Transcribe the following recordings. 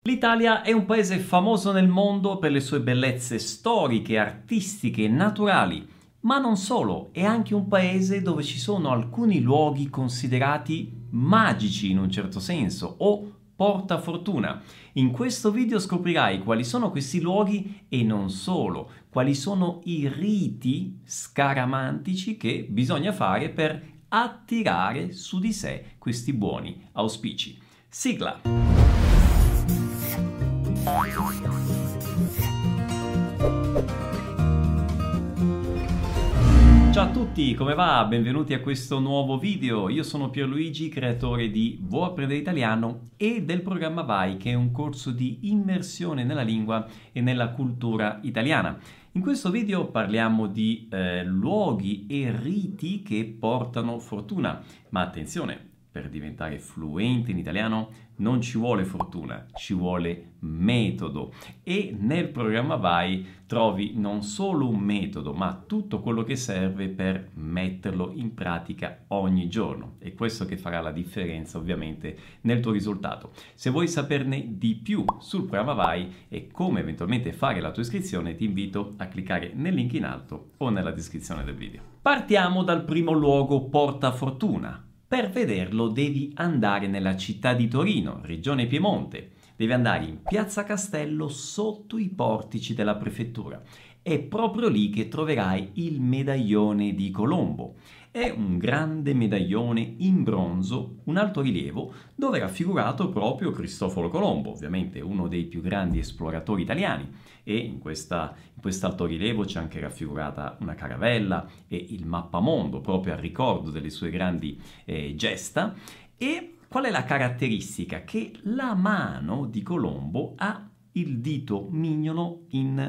L'Italia è un paese famoso nel mondo per le sue bellezze storiche, artistiche e naturali, ma non solo, è anche un paese dove ci sono alcuni luoghi considerati magici in un certo senso o portafortuna. In questo video scoprirai quali sono questi luoghi e non solo, quali sono i riti scaramantici che bisogna fare per attirare su di sé questi buoni auspici. Sigla! Ciao a tutti, come va? Benvenuti a questo nuovo video. Io sono Pierluigi, creatore di Vuoi apprendere italiano e del programma Vai, che è un corso di immersione nella lingua e nella cultura italiana. In questo video parliamo di luoghi e riti che portano fortuna, ma attenzione, per diventare fluenti in italiano non ci vuole fortuna, ci vuole metodo e nel programma Vai trovi non solo un metodo, ma tutto quello che serve per metterlo in pratica ogni giorno. È questo che farà la differenza ovviamente nel tuo risultato. Se vuoi saperne di più sul programma Vai e come eventualmente fare la tua iscrizione, ti invito a cliccare nel link in alto o nella descrizione del video. Partiamo dal primo luogo portafortuna. Per vederlo devi andare nella città di Torino, regione Piemonte. Devi andare in Piazza Castello sotto i portici della prefettura. È proprio lì che troverai il medaglione di Colombo. È un grande medaglione in bronzo, un altorilievo, dove è raffigurato proprio Cristoforo Colombo, ovviamente uno dei più grandi esploratori italiani. E in quest'altorilievo c'è anche raffigurata una caravella e il mappamondo, proprio al ricordo delle sue grandi gesta. E qual è la caratteristica? Che la mano di Colombo ha il dito mignolo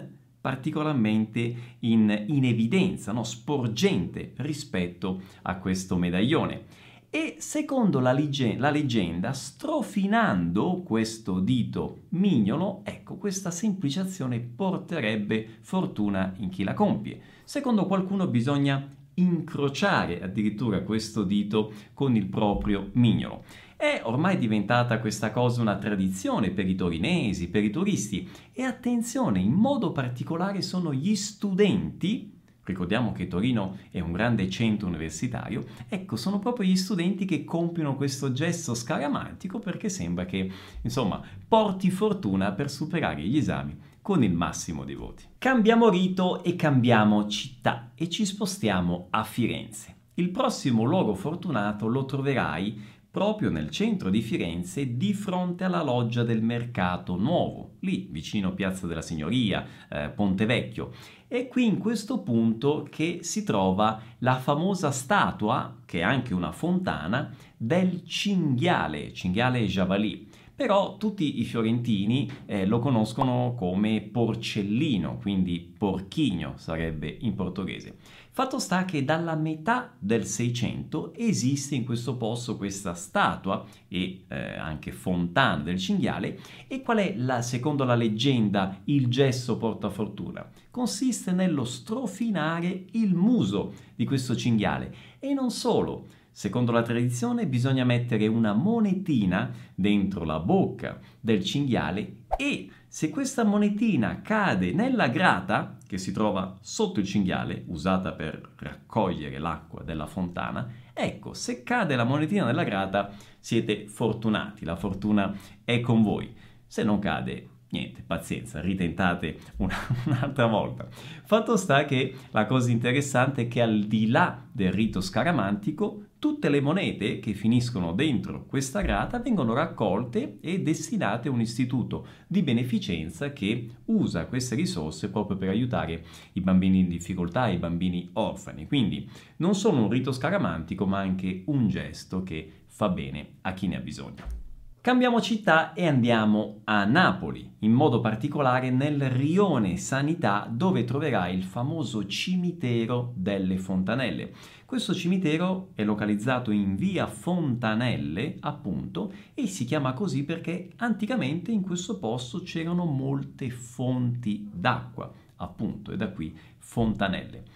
particolarmente in evidenza, no? Sporgente rispetto a questo medaglione. E secondo la leggenda, strofinando questo dito mignolo, ecco, questa semplice azione porterebbe fortuna in chi la compie. Secondo qualcuno bisogna incrociare addirittura questo dito con il proprio mignolo. È ormai diventata questa cosa una tradizione per i torinesi, per i turisti e attenzione, in modo particolare sono gli studenti. Ricordiamo che Torino è un grande centro universitario, ecco, sono proprio gli studenti che compiono questo gesto scaramantico perché sembra che, insomma, porti fortuna per superare gli esami con il massimo dei voti. Cambiamo rito e cambiamo città e ci spostiamo a Firenze. Il prossimo luogo fortunato lo troverai proprio nel centro di Firenze, di fronte alla loggia del Mercato Nuovo, lì vicino Piazza della Signoria, Ponte Vecchio. E qui in questo punto che si trova la famosa statua, che è anche una fontana, del cinghiale Javalì. Però tutti i fiorentini lo conoscono come porcellino, quindi porchigno sarebbe in portoghese. Fatto sta che dalla metà del 600 esiste in questo posto questa statua e anche fontana del cinghiale. E qual è, secondo la leggenda, il gesto portafortuna? Consiste nello strofinare il muso di questo cinghiale e non solo. Secondo la tradizione bisogna mettere una monetina dentro la bocca del cinghiale e se questa monetina cade nella grata che si trova sotto il cinghiale, usata per raccogliere l'acqua della fontana, ecco, se cade la monetina nella grata siete fortunati, la fortuna è con voi. Se non cade, niente, pazienza, ritentate un'altra volta. Fatto sta che la cosa interessante è che al di là del rito scaramantico, tutte le monete che finiscono dentro questa grata vengono raccolte e destinate a un istituto di beneficenza che usa queste risorse proprio per aiutare i bambini in difficoltà, i bambini orfani. Quindi non solo un rito scaramantico, ma anche un gesto che fa bene a chi ne ha bisogno. Cambiamo città e andiamo a Napoli, in modo particolare nel rione Sanità, dove troverai il famoso cimitero delle Fontanelle. Questo cimitero è localizzato in via Fontanelle, appunto, e si chiama così perché anticamente in questo posto c'erano molte fonti d'acqua, appunto, e da qui Fontanelle.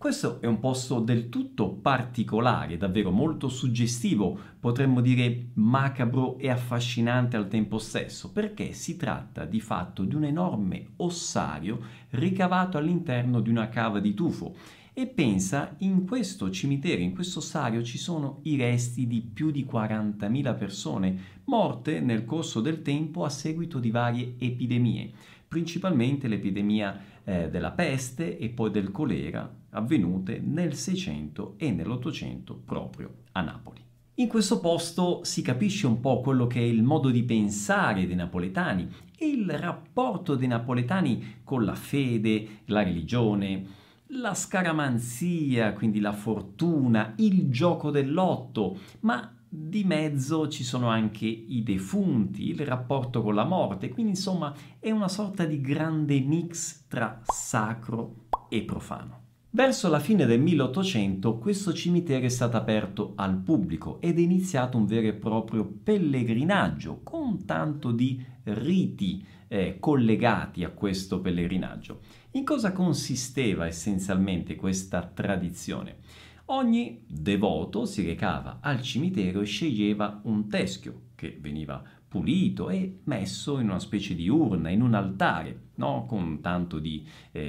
Questo è un posto del tutto particolare, davvero molto suggestivo, potremmo dire macabro e affascinante al tempo stesso, perché si tratta di fatto di un enorme ossario ricavato all'interno di una cava di tufo. E pensa, in questo cimitero, in questo ossario ci sono i resti di più di 40.000 persone morte nel corso del tempo a seguito di varie epidemie, principalmente l'epidemia della peste e poi del colera, avvenute nel 600 e nell'800 proprio a Napoli. In questo posto si capisce un po' quello che è il modo di pensare dei napoletani e il rapporto dei napoletani con la fede, la religione, la scaramanzia, quindi la fortuna, il gioco del lotto, ma di mezzo ci sono anche i defunti, il rapporto con la morte, quindi insomma è una sorta di grande mix tra sacro e profano. Verso la fine del 1800 questo cimitero è stato aperto al pubblico ed è iniziato un vero e proprio pellegrinaggio con tanto di riti collegati a questo pellegrinaggio. In cosa consisteva essenzialmente questa tradizione? Ogni devoto si recava al cimitero e sceglieva un teschio che veniva pulito e messo in una specie di urna, in un altare, no? Con tanto di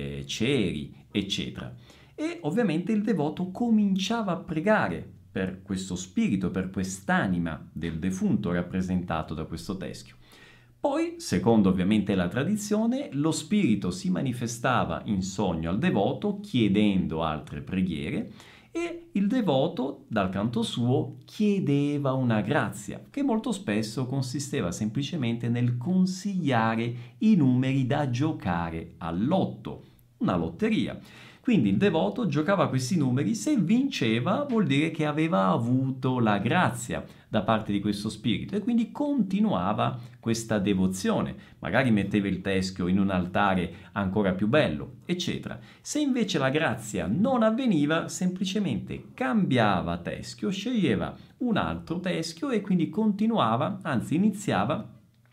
ceri, eccetera. E ovviamente il devoto cominciava a pregare per questo spirito, per quest'anima del defunto rappresentato da questo teschio. Poi, secondo ovviamente la tradizione, lo spirito si manifestava in sogno al devoto chiedendo altre preghiere e il devoto, dal canto suo, chiedeva una grazia, che molto spesso consisteva semplicemente nel consigliare i numeri da giocare al lotto, una lotteria. Quindi il devoto giocava questi numeri, se vinceva vuol dire che aveva avuto la grazia da parte di questo spirito e quindi continuava questa devozione, magari metteva il teschio in un altare ancora più bello, eccetera. Se invece la grazia non avveniva, semplicemente cambiava teschio, sceglieva un altro teschio e quindi continuava, anzi iniziava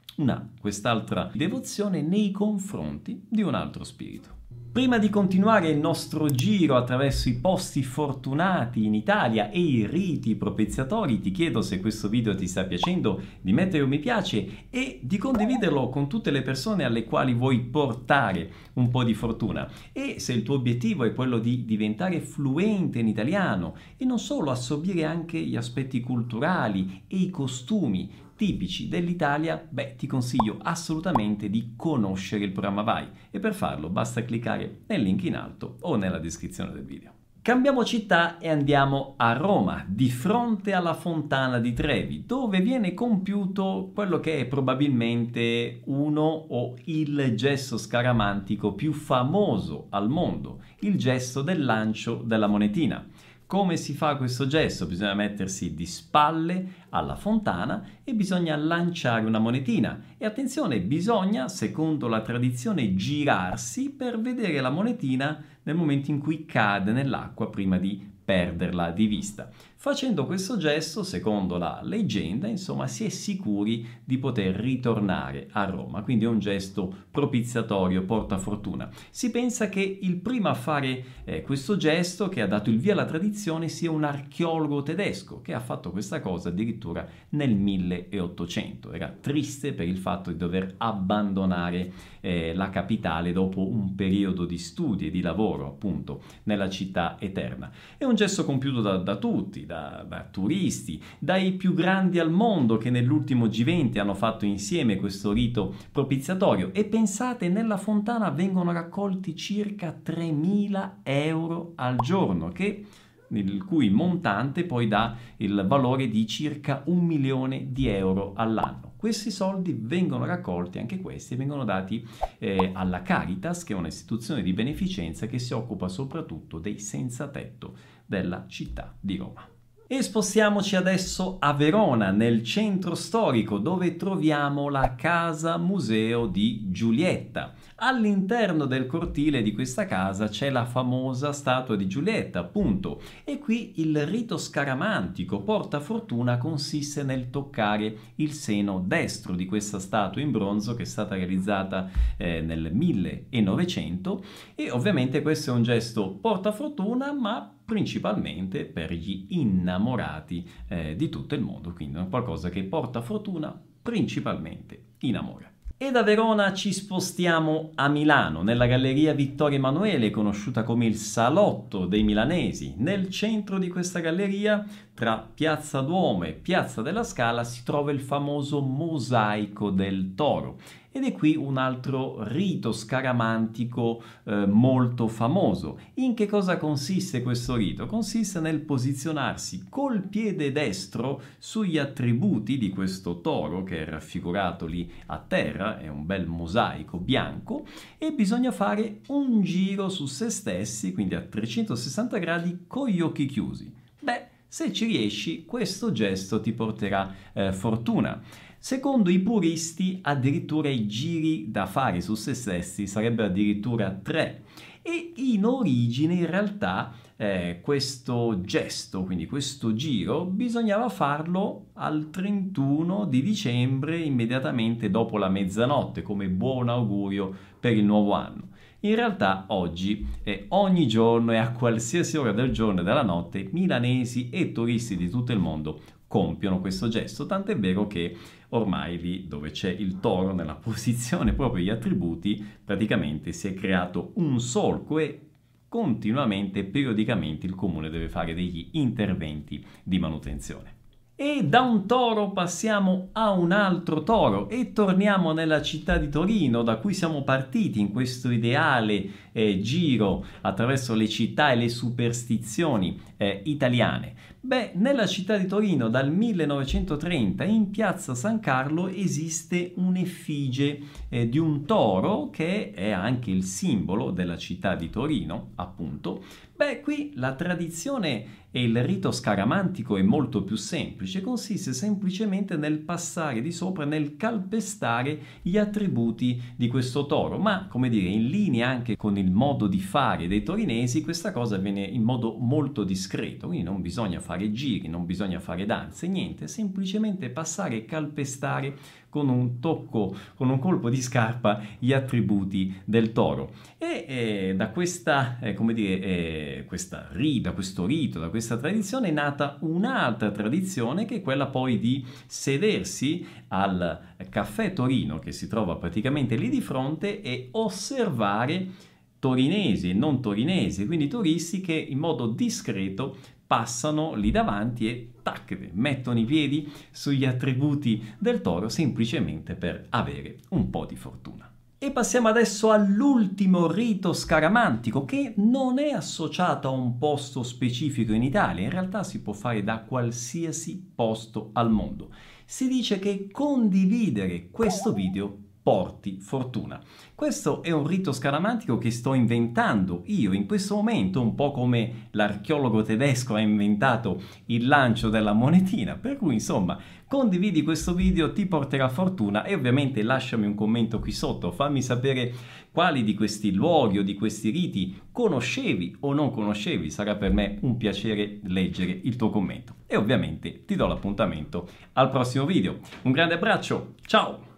quest'altra devozione nei confronti di un altro spirito. Prima di continuare il nostro giro attraverso i posti fortunati in Italia e i riti propiziatori, ti chiedo, se questo video ti sta piacendo, di mettere un mi piace e di condividerlo con tutte le persone alle quali vuoi portare un po' di fortuna. E se il tuo obiettivo è quello di diventare fluente in italiano e non solo, assorbire anche gli aspetti culturali e i costumi tipici dell'Italia, ti consiglio assolutamente di conoscere il programma Vai e per farlo basta cliccare nel link in alto o nella descrizione del video. Cambiamo città e andiamo a Roma, di fronte alla Fontana di Trevi, dove viene compiuto quello che è probabilmente uno o il gesto scaramantico più famoso al mondo, il gesto del lancio della monetina. Come si fa questo gesto? Bisogna mettersi di spalle alla fontana e bisogna lanciare una monetina. E attenzione, bisogna, secondo la tradizione, girarsi per vedere la monetina nel momento in cui cade nell'acqua prima di perderla di vista. Facendo questo gesto, secondo la leggenda, insomma, si è sicuri di poter ritornare a Roma. Quindi è un gesto propiziatorio, porta fortuna. Si pensa che il primo a fare questo gesto, che ha dato il via alla tradizione, sia un archeologo tedesco che ha fatto questa cosa addirittura nel 1800. Era triste per il fatto di dover abbandonare la capitale dopo un periodo di studi e di lavoro, appunto, nella città eterna. È un gesto compiuto da tutti, da turisti, dai più grandi al mondo che nell'ultimo G20 hanno fatto insieme questo rito propiziatorio, e pensate, nella fontana vengono raccolti circa 3.000 euro al giorno, il cui montante poi dà il valore di circa 1 milione di euro all'anno. Questi soldi vengono raccolti, anche questi, e vengono dati alla Caritas, che è un'istituzione di beneficenza che si occupa soprattutto dei senza tetto della città di Roma. E spostiamoci adesso a Verona, nel centro storico, dove troviamo la Casa Museo di Giulietta. All'interno del cortile di questa casa c'è la famosa statua di Giulietta, appunto, e qui il rito scaramantico porta fortuna consiste nel toccare il seno destro di questa statua in bronzo che è stata realizzata nel 1900 e ovviamente questo è un gesto porta fortuna, ma principalmente per gli innamorati di tutto il mondo, quindi è qualcosa che porta fortuna principalmente in amore. E da Verona ci spostiamo a Milano, nella Galleria Vittorio Emanuele, conosciuta come il Salotto dei Milanesi. Nel centro di questa galleria, tra Piazza Duomo e Piazza della Scala, si trova il famoso Mosaico del Toro. Ed è qui un altro rito scaramantico molto famoso. In che cosa consiste questo rito? Consiste nel posizionarsi col piede destro sugli attributi di questo toro che è raffigurato lì a terra, è un bel mosaico bianco, e bisogna fare un giro su se stessi, quindi a 360 gradi con gli occhi chiusi. Beh, se ci riesci, questo gesto ti porterà fortuna. Secondo i puristi, addirittura i giri da fare su se stessi sarebbero addirittura 3. E in origine, in realtà, questo gesto, quindi questo giro, bisognava farlo al 31 di dicembre, immediatamente dopo la mezzanotte, come buon augurio per il nuovo anno. In realtà oggi, ogni giorno e a qualsiasi ora del giorno e della notte, milanesi e turisti di tutto il mondo compiono questo gesto, tant'è vero che ormai lì dove c'è il toro nella posizione proprio gli attributi, praticamente si è creato un solco e continuamente, periodicamente il comune deve fare degli interventi di manutenzione. E da un toro passiamo a un altro toro e torniamo nella città di Torino, da cui siamo partiti in questo ideale giro attraverso le città e le superstizioni italiane. Beh, nella città di Torino dal 1930 in piazza San Carlo esiste un'effigie di un toro che è anche il simbolo della città di Torino, appunto. Beh, qui la tradizione e il rito scaramantico è molto più semplice, consiste semplicemente nel passare di sopra, nel calpestare gli attributi di questo toro, ma come dire, in linea anche con il modo di fare dei torinesi, questa cosa avviene in modo molto discreto, quindi non bisogna fare giri, non bisogna fare danze, niente, semplicemente passare e calpestare con un tocco, con un colpo di scarpa gli attributi del toro. E da questa, come dire, da questo rito, da questa tradizione è nata un'altra tradizione che è quella poi di sedersi al Caffè Torino che si trova praticamente lì di fronte e osservare torinesi e non torinesi, quindi turisti che in modo discreto passano lì davanti e tac, mettono i piedi sugli attributi del toro semplicemente per avere un po' di fortuna. E passiamo adesso all'ultimo rito scaramantico che non è associato a un posto specifico in Italia, in realtà si può fare da qualsiasi posto al mondo. Si dice che condividere questo video porti fortuna. Questo è un rito scaramantico che sto inventando io in questo momento, un po' come l'archeologo tedesco ha inventato il lancio della monetina, per cui insomma condividi questo video, ti porterà fortuna e ovviamente lasciami un commento qui sotto, fammi sapere quali di questi luoghi o di questi riti conoscevi o non conoscevi, sarà per me un piacere leggere il tuo commento e ovviamente ti do l'appuntamento al prossimo video. Un grande abbraccio, ciao!